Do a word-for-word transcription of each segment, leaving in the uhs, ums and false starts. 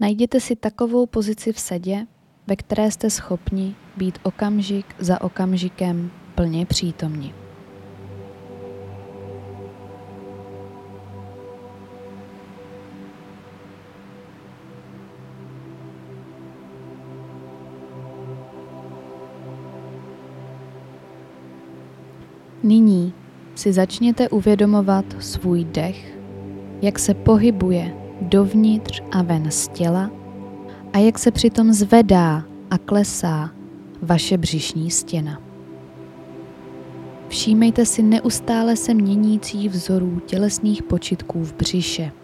Najděte si takovou pozici v sedě, ve které jste schopni být okamžik za okamžikem plně přítomni. Nyní si začněte uvědomovat svůj dech, jak se pohybuje dovnitř a ven z těla a jak se přitom zvedá a klesá vaše břišní stěna. Všímejte si neustále se měnící vzorů tělesných počitků v břiše.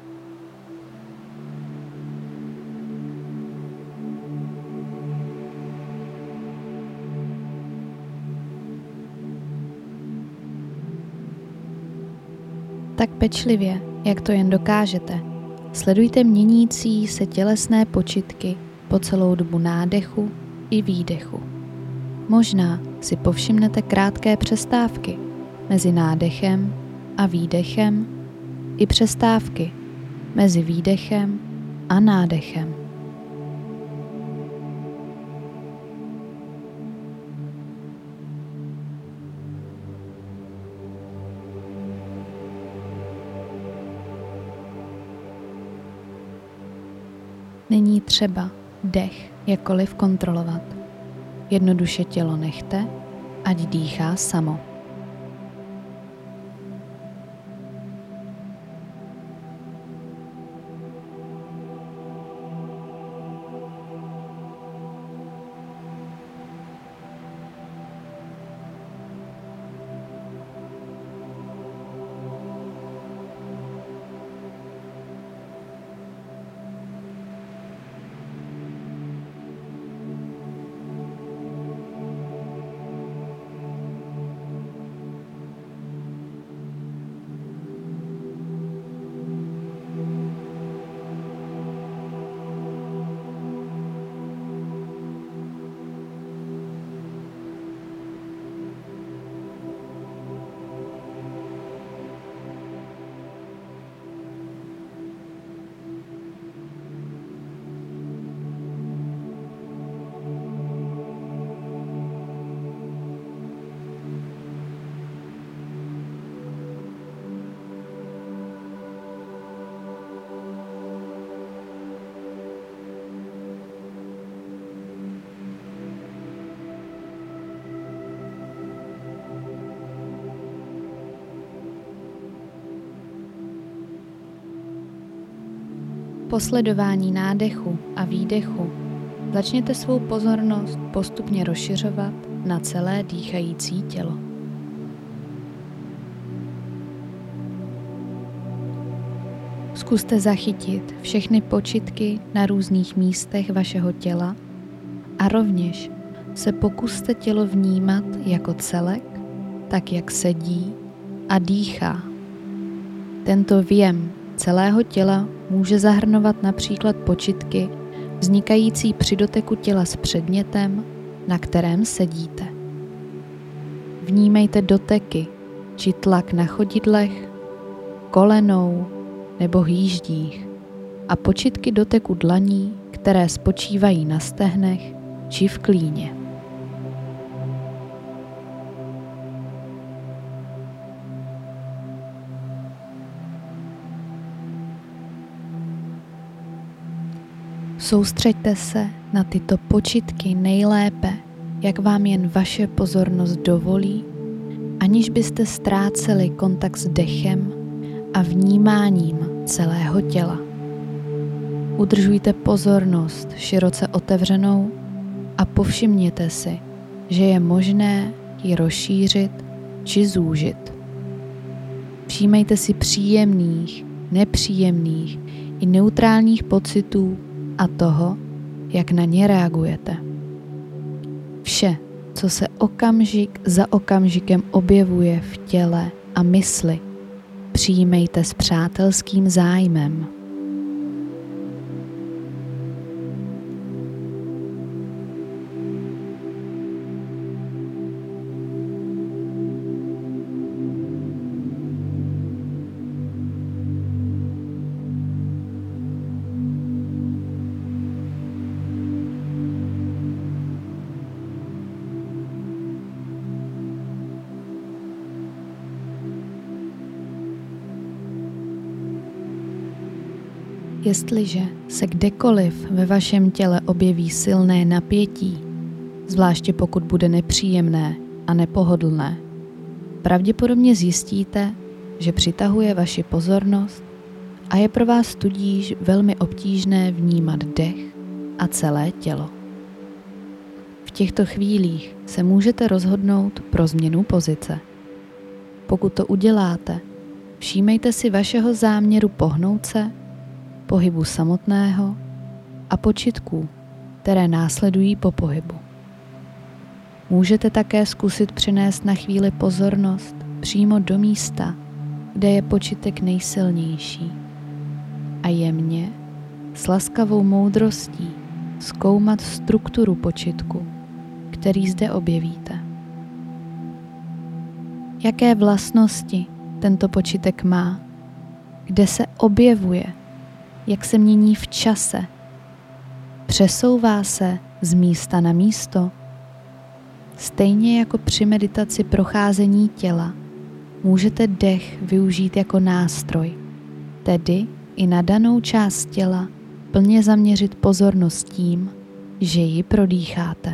Tak pečlivě, jak to jen dokážete, sledujte měnící se tělesné počitky po celou dobu nádechu i výdechu. Možná si povšimnete krátké přestávky mezi nádechem a výdechem i přestávky mezi výdechem a nádechem. Není třeba dech jakkoliv kontrolovat. Jednoduše tělo nechte, ať dýchá samo. Po sledování nádechu a výdechu začněte svou pozornost postupně rozšiřovat na celé dýchající tělo. Zkuste zachytit všechny počitky na různých místech vašeho těla a rovněž se pokuste tělo vnímat jako celek, tak jak sedí a dýchá. Tento věm celého těla může zahrnovat například počitky vznikající při doteku těla s předmětem, na kterém sedíte. Vnímejte doteky či tlak na chodidlech, kolenou nebo hýždích a počitky doteku dlaní, které spočívají na stehnech či v klíně. Soustřeďte se na tyto počitky nejlépe, jak vám jen vaše pozornost dovolí, aniž byste ztráceli kontakt s dechem a vnímáním celého těla. Udržujte pozornost široce otevřenou a povšimněte si, že je možné ji rozšířit či zúžit. Všímejte si příjemných, nepříjemných i neutrálních pocitů a toho, jak na ně reagujete. Vše, co se okamžik za okamžikem objevuje v těle a mysli, přijímejte s přátelským zájmem. Jestliže se kdekoliv ve vašem těle objeví silné napětí, zvláště pokud bude nepříjemné a nepohodlné, pravděpodobně zjistíte, že přitahuje vaši pozornost a je pro vás tudíž velmi obtížné vnímat dech a celé tělo. V těchto chvílích se můžete rozhodnout pro změnu pozice. Pokud to uděláte, všímejte si vašeho záměru pohnout se, pohybu samotného a počitků, které následují po pohybu. Můžete také zkusit přinést na chvíli pozornost přímo do místa, kde je počitek nejsilnější a jemně, s laskavou moudrostí zkoumat strukturu počitku, který zde objevíte. Jaké vlastnosti tento počitek má, kde se objevuje, jak se mění v čase, přesouvá se z místa na místo. Stejně jako při meditaci procházení těla, můžete dech využít jako nástroj, tedy i na danou část těla plně zaměřit pozornost tím, že ji prodýcháte.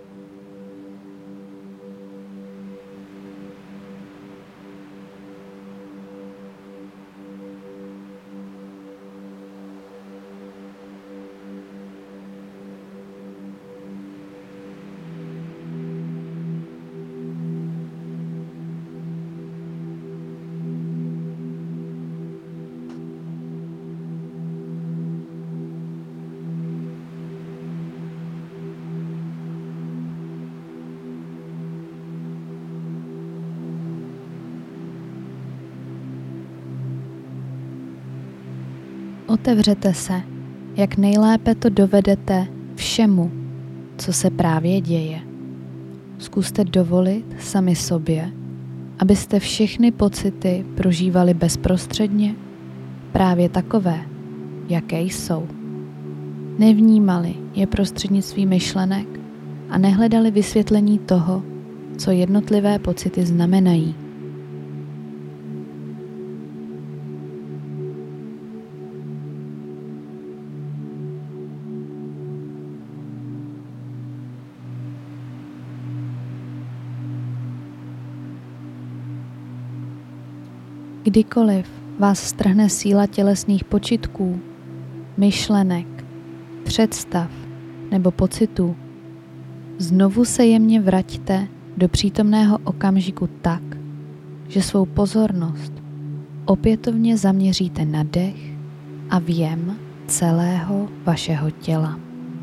Otevřete se, jak nejlépe to dovedete všemu, co se právě děje. Zkuste dovolit sami sobě, abyste všechny pocity prožívali bezprostředně, právě takové, jaké jsou. Nevnímali je prostřednictvím myšlenek a nehledali vysvětlení toho, co jednotlivé pocity znamenají. Kdykoliv vás strhne síla tělesných počitků, myšlenek, představ nebo pocitů, znovu se jemně vraťte do přítomného okamžiku tak, že svou pozornost opětovně zaměříte na dech a vjem celého vašeho těla.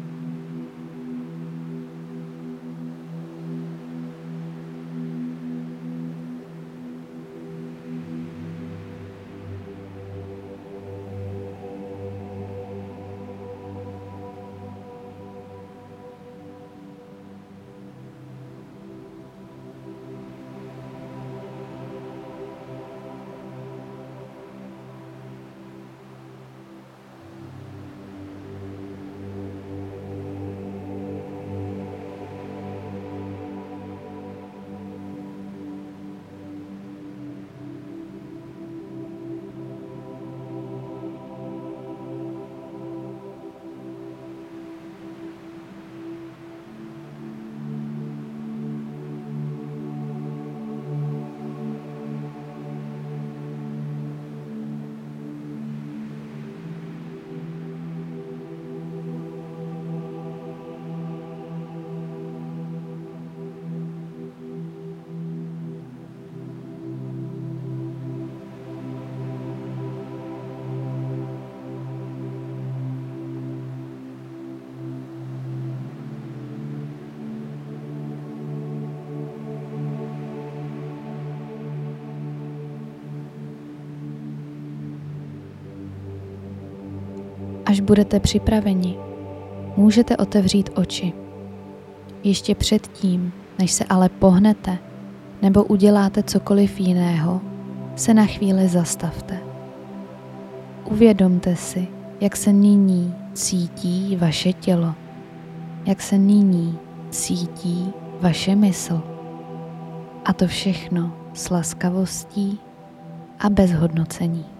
Až budete připraveni, můžete otevřít oči. Ještě předtím, než se ale pohnete nebo uděláte cokoliv jiného, se na chvíli zastavte. Uvědomte si, jak se nyní cítí vaše tělo, jak se nyní cítí vaše mysl. A to všechno s laskavostí a bez hodnocení.